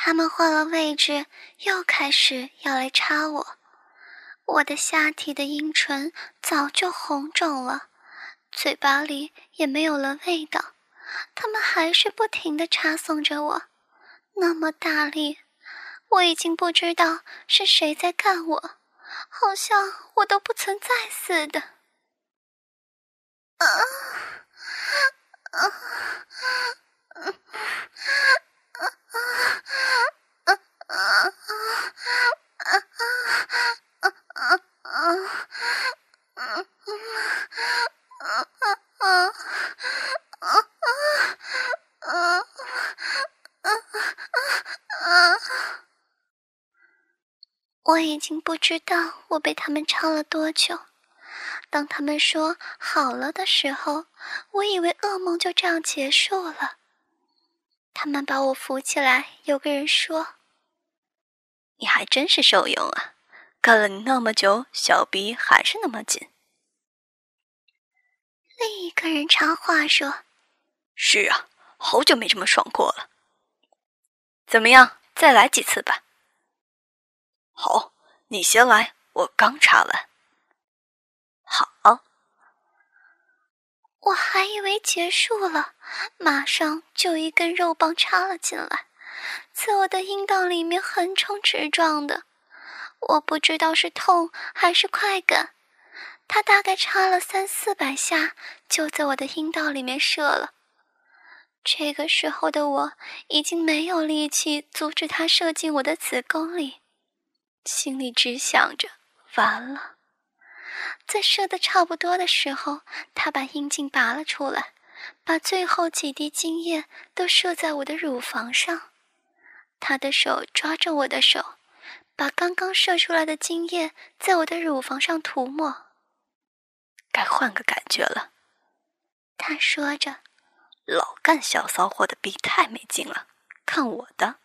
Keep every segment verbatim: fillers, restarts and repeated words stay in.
他们换了位置，又开始要来插我。我的下体的阴唇早就红肿了，嘴巴里也没有了味道，他们还是不停地插送着我，那么大力，我已经不知道是谁在干我，好像我都不存在似的。啊啊啊我已经不知道我被他们插了多久。当他们说好了的时候，我以为噩梦就这样结束了。他们把我扶起来，有个人说：“ 你还真是受用啊，干了你那么久，小鼻还是那么紧。” 另一个人插话说：“ 是啊，好久没这么爽过了。怎么样，再来几次吧。”好，你先来，我刚插完。好。 我还以为结束了，马上就一根肉棒插了进来，在我的阴道里面横冲直撞的。我不知道是痛还是快感，他大概插了三四百下，就在我的阴道里面射了。这个时候的我已经没有力气阻止他射进我的子宫里，心里只想着完了。在射得差不多的时候，他把阴茎拔了出来，把最后几滴精液都射在我的乳房上。他的手抓着我的手，把刚刚射出来的精液在我的乳房上涂抹。 该换个感觉了， 他说着， 老干小骚货的逼太没劲了，看我的。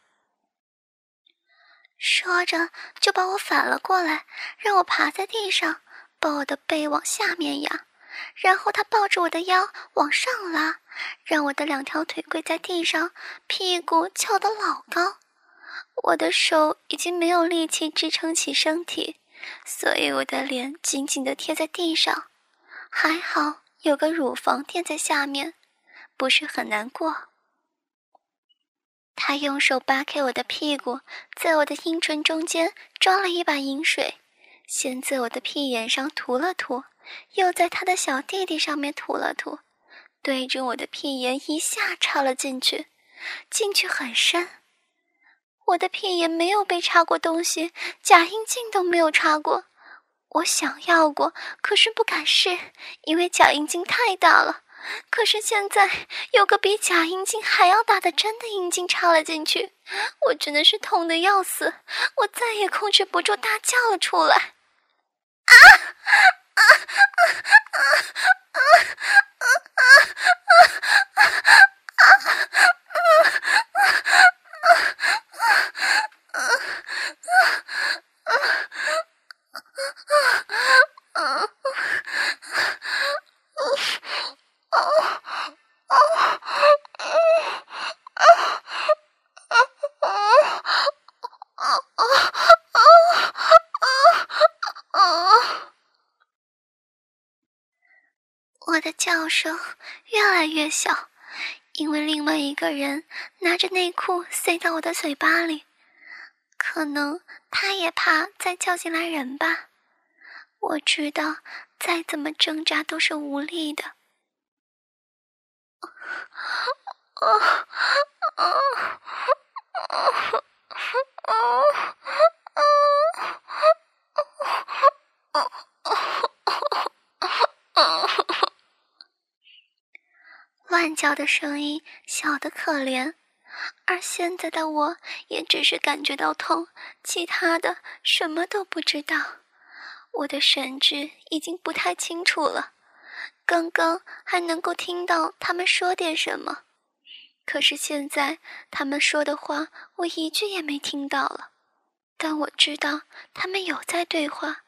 说着就把我反了过来，让我爬在地上，把我的背往下面压，然后他抱着我的腰往上拉，让我的两条腿跪在地上，屁股翘得老高。我的手已经没有力气支撑起身体，所以我的脸紧紧地贴在地上，还好有个乳房垫在下面，不是很难过。他用手扒开我的屁股，在我的阴唇中间装了一把饮水，先在我的屁眼上涂了涂，又在他的小弟弟上面涂了涂，对着我的屁眼一下插了进去，进去很深。我的屁眼没有被插过东西，假阴茎都没有插过。我想要过，可是不敢试，因为假阴茎太大了。可是现在有个比假阴茎还要大的真的阴茎插了进去，我真的是痛得要死，我再也控制不住大叫了出来。啊啊啊啊啊啊啊啊我的叫声越来越小，因为另外一个人拿着内裤塞到我的嘴巴里，可能他也怕再叫进来人吧。我知道再怎么挣扎都是无力的。乱叫的声音小得可怜，而现在的我也只是感觉到痛，其他的什么都不知道。我的神志已经不太清楚了，刚刚还能够听到他们说点什么，可是现在他们说的话我一句也没听到了，但我知道他们有在对话。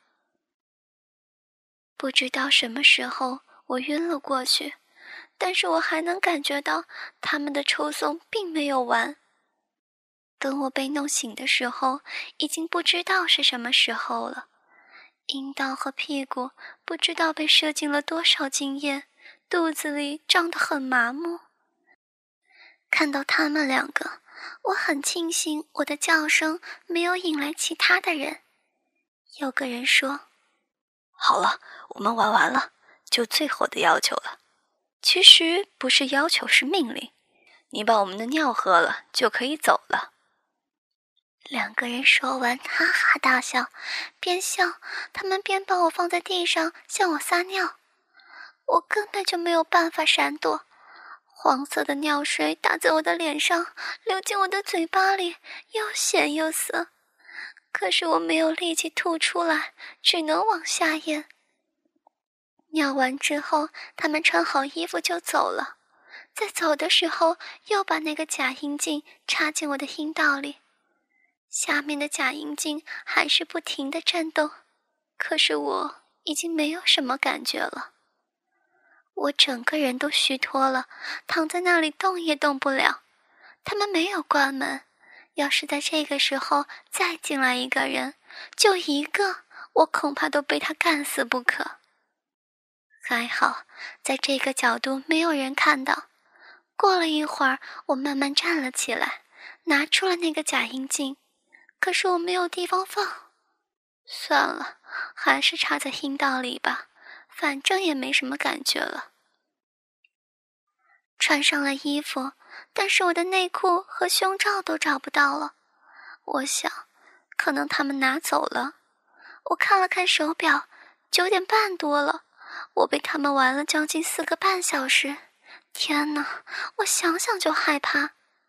不知道什么时候我晕了过去，但是我还能感觉到他们的抽送并没有完。 等我被弄醒的时候，已经不知道是什么时候了。阴道和屁股不知道被射进了多少精液，肚子里胀得很麻木。看到他们两个，我很庆幸我的叫声没有引来其他的人。有个人说： 好了，我们玩完了，就最后的要求了。其实不是要求，是命令。你把我们的尿喝了，就可以走了。 两个人说完，哈哈大笑，边笑，他们边把我放在地上向我撒尿。我根本就没有办法闪躲，黄色的尿水打在我的脸上，流进我的嘴巴里，又咸又涩。可是我没有力气吐出来，只能往下咽。尿完之后，他们穿好衣服就走了。在走的时候，又把那个假阴茎插进我的阴道里。下面的假阴茎还是不停地震动，可是我已经没有什么感觉了。我整个人都虚脱了，躺在那里动也动不了。他们没有关门，要是在这个时候再进来一个人，就一个，我恐怕都被他干死不可。还好，在这个角度没有人看到。过了一会儿，我慢慢站了起来，拿出了那个假阴茎，可是我没有地方放。算了，还是插在阴道里吧，反正也没什么感觉了。穿上了衣服，但是我的内裤和胸罩都找不到了。我想，可能他们拿走了。我看了看手表，九点半多了。我被他们玩了将近四个半小时。天哪，我想想就害怕。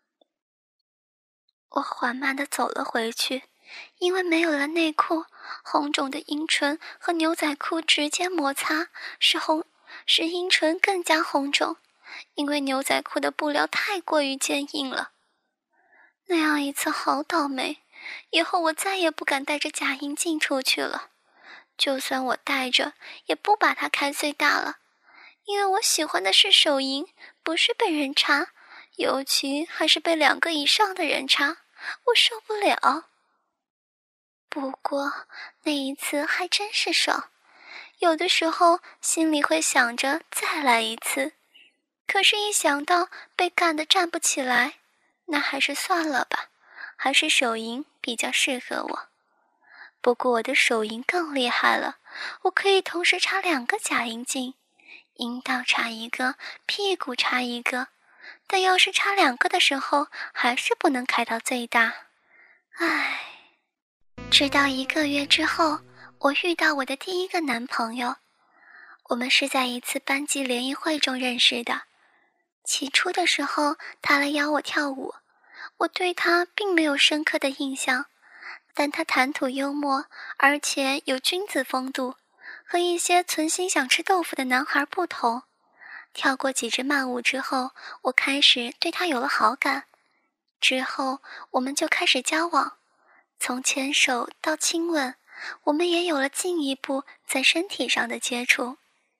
我缓慢地走了回去，因为没有了内裤，红肿的阴唇和牛仔裤直接摩擦，使红使阴唇更加红肿，因为牛仔裤的布料太过于坚硬了。那样一次好倒霉，以后我再也不敢带着假阴茎出去了。就算我带着，也不把它开最大了，因为我喜欢的是手淫，不是被人插，尤其还是被两个以上的人插，我受不了。不过那一次还真是爽，有的时候心里会想着再来一次，可是一想到被干得站不起来，那还是算了吧，还是手淫比较适合我。不过我的手淫更厉害了，我可以同时插两个假阴茎，阴道插一个，屁股插一个，但要是插两个的时候，还是不能开到最大。唉，直到一个月之后，我遇到我的第一个男朋友。我们是在一次班级联谊会中认识的。起初的时候，他来邀我跳舞，我对他并没有深刻的印象，但他谈吐幽默，而且有君子风度，和一些存心想吃豆腐的男孩不同。跳过几支慢舞之后，我开始对他有了好感。之后我们就开始交往，从牵手到亲吻，我们也有了进一步在身体上的接触。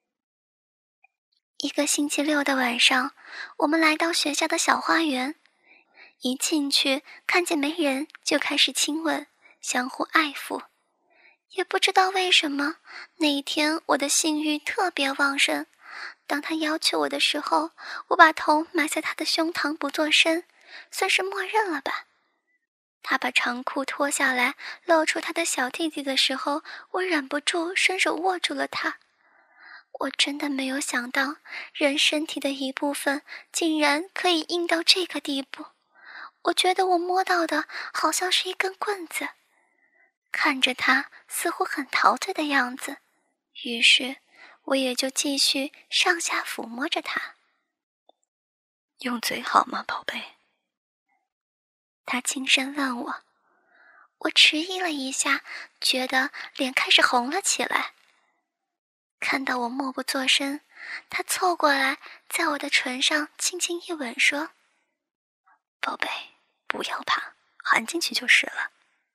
一个星期六的晚上，我们来到学校的小花园，一进去看见没人，就开始亲吻，相互爱抚。也不知道为什么，那一天我的性欲特别旺盛。当他要求我的时候，我把头埋在他的胸膛不作声，算是默认了吧。他把长裤脱下来，露出他的小弟弟的时候，我忍不住伸手握住了他。我真的没有想到，人身体的一部分竟然可以硬到这个地步。我觉得我摸到的好像是一根棍子。看着他似乎很陶醉的样子，于是我也就继续上下抚摸着他。 用嘴好吗，宝贝？ 他轻声问我。我迟疑了一下，觉得脸开始红了起来。看到我默不作声，他凑过来，在我的唇上轻轻一吻，说： 宝贝，不要怕，含进去就是了。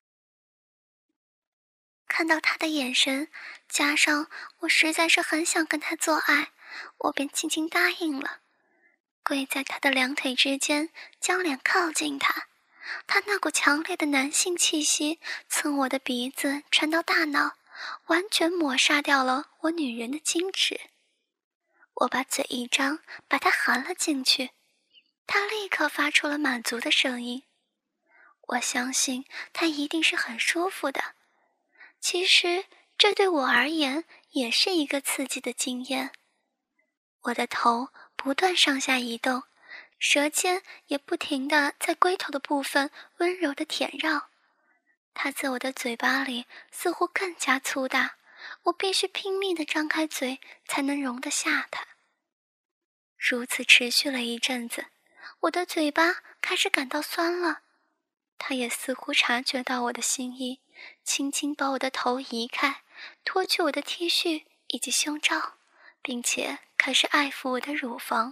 看到他的眼神，加上我实在是很想跟他做爱，我便轻轻答应了，跪在他的两腿之间，将脸靠近他， 他那股强烈的男性气息从我的鼻子传到大脑，完全抹杀掉了我女人的矜持。我把嘴一张，把它含了进去，他立刻发出了满足的声音。我相信他一定是很舒服的。其实这对我而言也是一个刺激的经验。我的头不断上下移动，舌尖也不停地在龟头的部分温柔地舔绕。它在我的嘴巴里似乎更加粗大，我必须拼命地张开嘴才能容得下它。如此持续了一阵子，我的嘴巴开始感到酸了。他也似乎察觉到我的心意，轻轻把我的头移开，脱去我的 T 恤以及胸罩，并且开始爱抚我的乳房。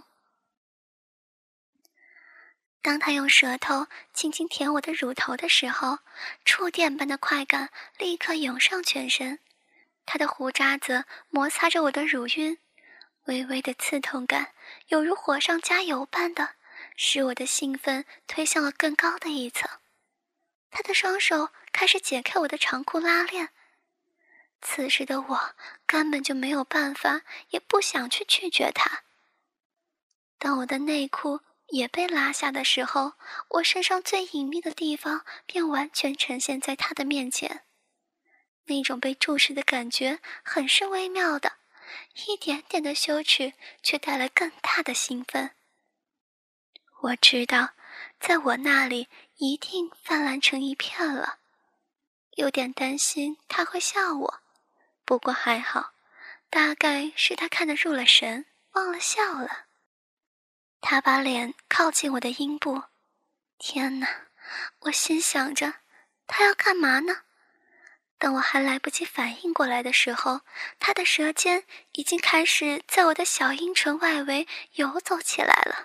当他用舌头轻轻舔我的乳头的时候，触电般的快感立刻涌上全身。他的胡渣子摩擦着我的乳晕，微微的刺痛感犹如火上加油般的，使我的兴奋推向了更高的一层。他的双手开始解开我的长裤拉链，此时的我根本就没有办法，也不想去拒绝他。当我的内裤也被拉下的时候，我身上最隐秘的地方便完全呈现在他的面前。那种被注视的感觉很是微妙的，一点点的羞耻却带来更大的兴奋。我知道在我那里一定泛滥成一片了，有点担心他会笑我，不过还好，大概是他看得入了神，忘了笑了。他把脸靠近我的阴部，天哪，我心想着他要干嘛呢？等我还来不及反应过来的时候，他的舌尖已经开始在我的小阴唇外围游走起来了。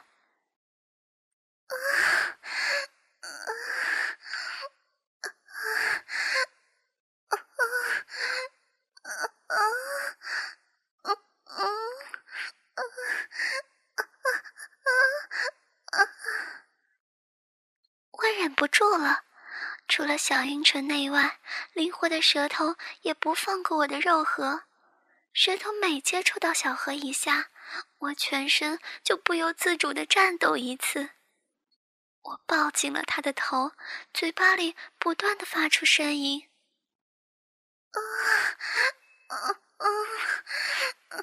我忍不住了，除了小阴唇内外，灵活的舌头也不放过我的肉核。舌头每接触到小河一下，我全身就不由自主地颤抖一次。我抱紧了他的头，嘴巴里不断地发出声音。啊啊啊啊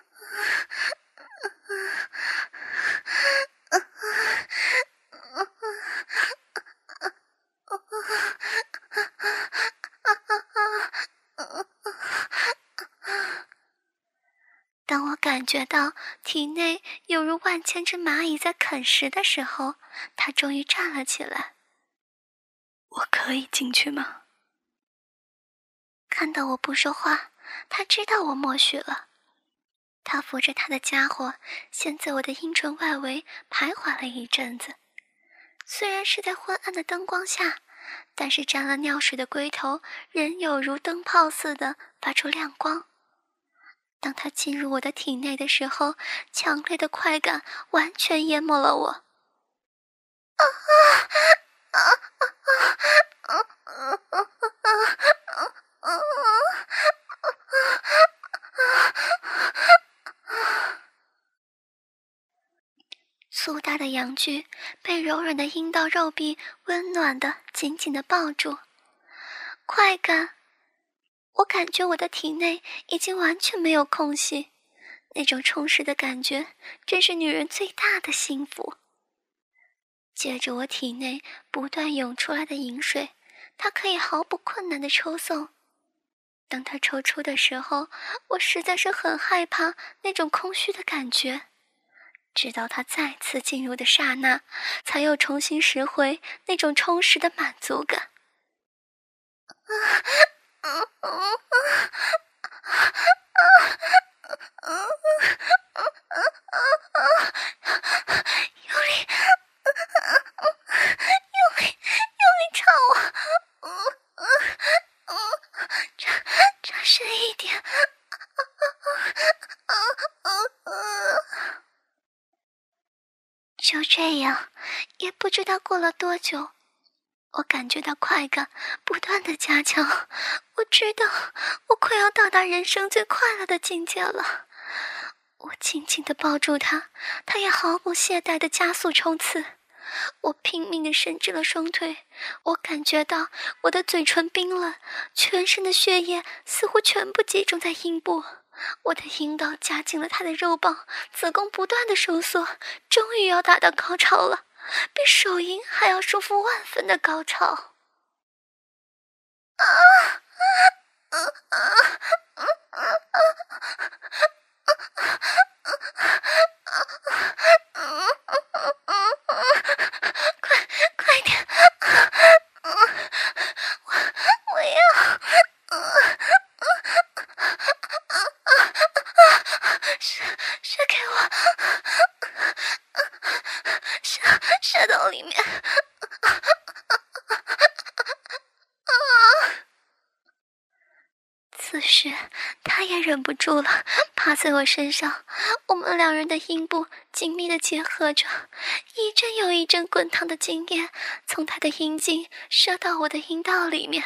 当我感觉到体内有如万千只蚂蚁在啃食的时候，他终于站了起来。 我可以进去吗？ 看到我不说话，他知道我默许了。他扶着他的家伙，先在我的阴唇外围徘徊了一阵子。虽然是在昏暗的灯光下，但是沾了尿水的龟头仍有如灯泡似的发出亮光。当他进入我的体内的时候，强烈的快感完全淹没了我。啊啊啊啊啊啊啊啊！粗大的阳具被柔软的阴道肉壁温暖的紧紧地抱住，快感，我感觉我的体内已经完全没有空隙，那种充实的感觉真是女人最大的幸福。借着我体内不断涌出来的饮水，它可以毫不困难地抽送。当它抽出的时候，我实在是很害怕那种空虚的感觉，直到它再次进入的刹那，才又重新拾回那种充实的满足感。用力，用力，用力插我，插插深一点。就这样，也不知道过了多久， 我感觉到快感不断的加强，我知道我快要到达人生最快乐的境界了。我紧紧地抱住他，他也毫不懈怠地加速冲刺。我拼命地伸直了双腿，我感觉到我的嘴唇冰冷，全身的血液似乎全部集中在阴部。我的阴道夹紧了他的肉棒，子宫不断的收缩，终于要达到高潮了，比手淫还要舒服万分的高潮。啊啊啊啊啊啊！快快点！我我要射射给我，射射到里面！此时他也忍不住了，趴在我身上，我们两人的阴部紧密地结合着，一阵又一阵滚烫的精液从他的阴茎射到我的阴道里面。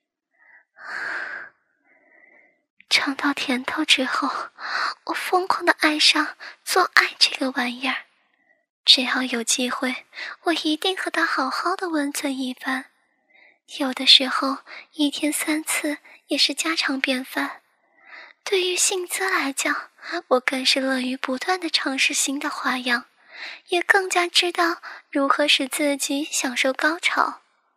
尝到甜头之后，我疯狂地爱上做爱这个玩意儿。只要有机会，我一定和他好好的温存一番。有的时候一天三次也是家常便饭。对于性姿来讲，我更是乐于不断地尝试新的花样，也更加知道如何使自己享受高潮。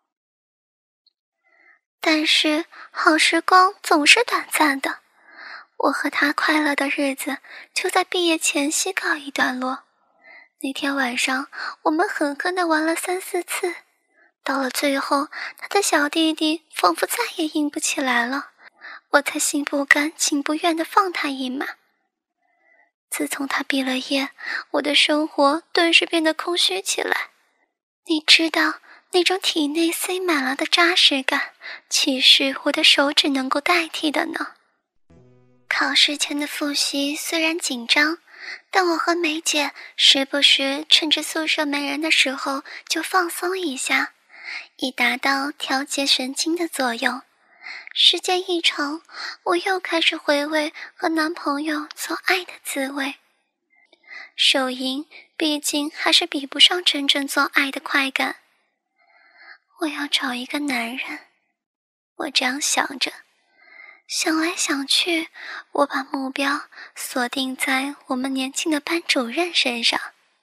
但是好时光总是短暂的，我和他快乐的日子就在毕业前夕告一段落。那天晚上我们狠狠地玩了三四次，到了最后，他的小弟弟仿佛再也硬不起来了，我才心不甘情不愿地放他一马。自从他毕了业，我的生活顿时变得空虚起来。你知道那种体内塞满了的扎实感，岂是我的手指能够代替的呢？考试前的复习虽然紧张，但我和梅姐时不时趁着宿舍没人的时候就放松一下，以达到调节神经的作用。时间一长，我又开始回味和男朋友做爱的滋味。手淫毕竟还是比不上真正做爱的快感。我要找一个男人，我这样想着。想来想去，我把目标锁定在我们年轻的班主任身上。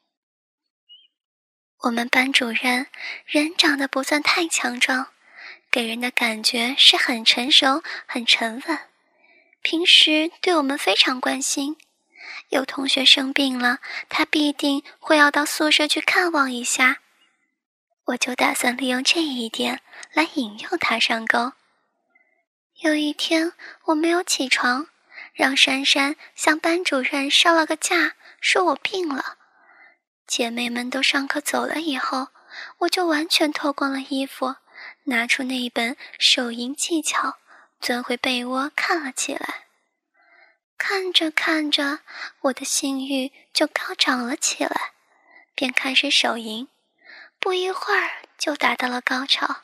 我们班主任人长得不算太强壮，给人的感觉是很成熟很沉稳，平时对我们非常关心，有同学生病了，他必定会要到宿舍去看望一下。我就打算利用这一点来引诱他上钩。有一天我没有起床，让珊珊向班主任捎了个假，说我病了。姐妹们都上课走了以后，我就完全脱光了衣服，拿出那一本手淫技巧，钻回被窝看了起来。看着看着，我的性欲就高涨了起来，便开始手淫，不一会儿就达到了高潮。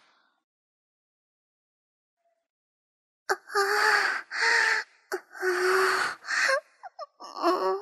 啊啊啊嗯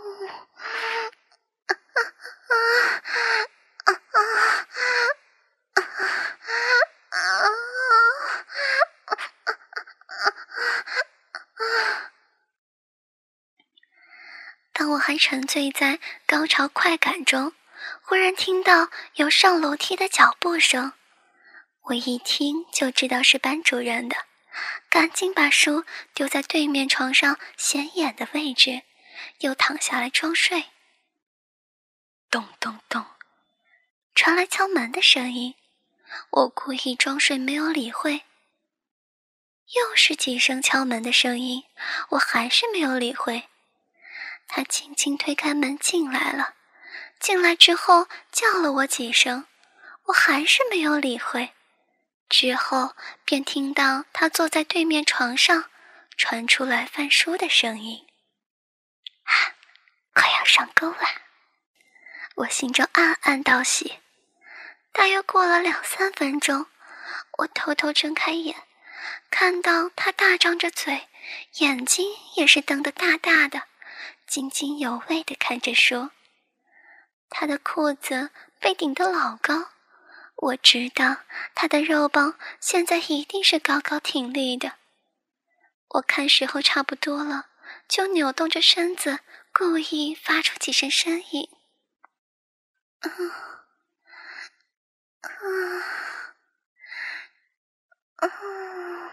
当我还沉醉在高潮快感中，忽然听到有上楼梯的脚步声。我一听就知道是班主任的，赶紧把书丢在对面床上显眼的位置，又躺下来装睡。咚咚咚，传来敲门的声音，我故意装睡没有理会。又是几声敲门的声音，我还是没有理会。他轻轻推开门进来了，进来之后叫了我几声，我还是没有理会。之后便听到他坐在对面床上，传出来翻书的声音。啊，快要上钩了！我心中暗暗道喜。大约过了两三分钟， 我偷偷睁开眼，看到他大张着嘴，眼睛也是瞪得大大的，津津有味地看着书。他的裤子被顶得老高，我知道他的肉棒现在一定是高高挺立的。我看时候差不多了，就扭动着身子，故意发出几声呻吟。嗯嗯嗯，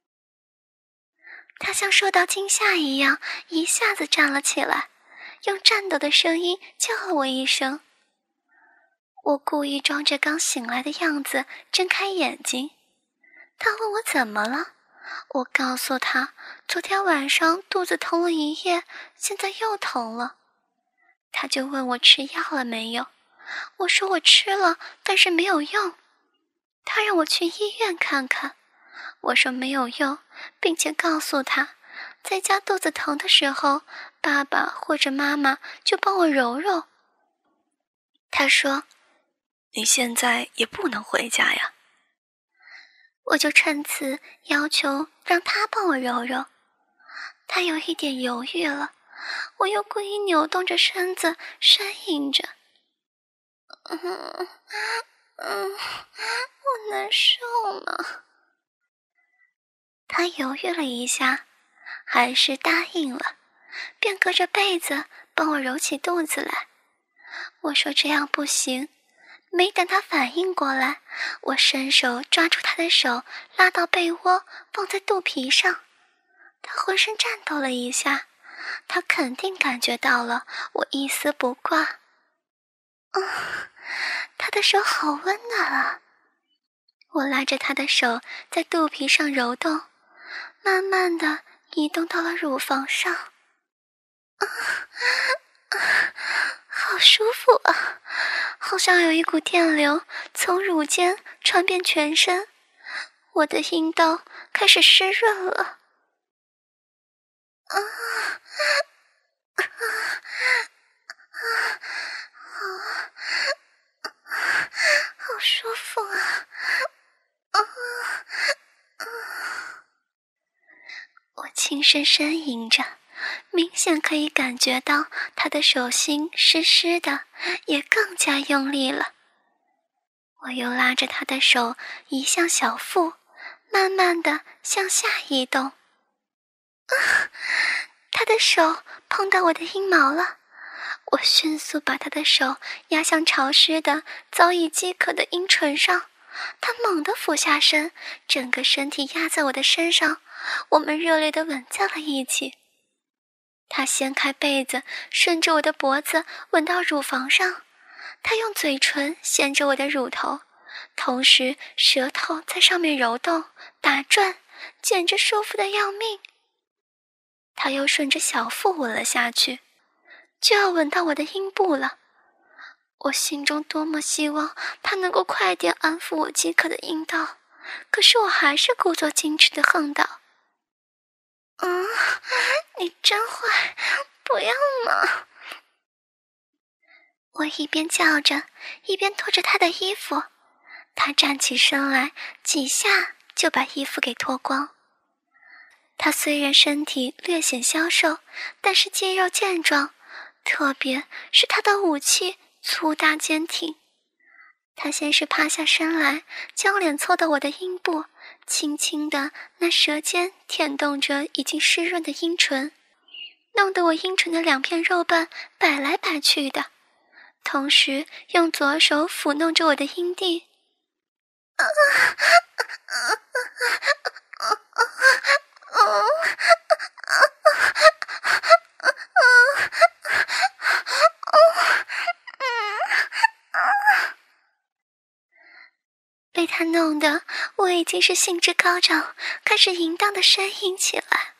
他像受到惊吓一样，一下子站了起来，用颤抖的声音叫了我一声。我故意装着刚醒来的样子，睁开眼睛。他问我怎么了，我告诉他，昨天晚上肚子疼了一夜，现在又疼了。他就问我吃药了没有，我说我吃了，但是没有用。他让我去医院看看，我说没有用，并且告诉他，在家肚子疼的时候，爸爸或者妈妈就帮我揉揉。他说， 你现在也不能回家呀。 我就趁此要求让他帮我揉揉。他有一点犹豫了，我又故意扭动着身子，呻吟着。嗯嗯，我难受呢。他犹豫了一下，还是答应了，便隔着被子帮我揉起肚子来。我说这样不行，没等他反应过来，我伸手抓住他的手，拉到被窝，放在肚皮上。他浑身颤抖了一下，他肯定感觉到了我一丝不挂。嗯，他的手好温暖啊！我拉着他的手在肚皮上揉动，慢慢的移动到了乳房上。啊啊，好舒服啊，好像有一股电流从乳尖传遍全身，我的阴道开始湿润了。啊啊啊！好，好舒服啊！啊啊！我轻声呻吟着，明显可以感觉到他的手心湿湿的，也更加用力了。我又拉着他的手移向小腹，慢慢的向下移动。啊！他的手碰到我的阴毛了，我迅速把他的手压向潮湿的早已饥渴的阴唇上，他猛地俯下身，整个身体压在我的身上，我们热烈地吻在了一起。他掀开被子，顺着我的脖子吻到乳房上，他用嘴唇衔着我的乳头，同时舌头在上面揉动打转，简直舒服得要命。他又顺着小腹吻了下去，就要吻到我的阴部了。我心中多么希望他能够快点安抚我饥渴的阴道，可是我还是故作矜持地横道：嗯，你真坏，不要嘛！我一边叫着，一边脱着他的衣服。他站起身来，几下就把衣服给脱光。他虽然身体略显消瘦，但是肌肉健壮，特别是他的武器粗大坚挺。他先是趴下身来，将脸凑到我的阴部，轻轻地拿舌尖舔动着已经湿润的阴唇，弄得我阴唇的两片肉瓣摆来摆去的，同时用左手抚弄着我的阴蒂。啊啊啊啊啊被他弄得我已经是兴致高涨，开始淫荡的呻吟起来。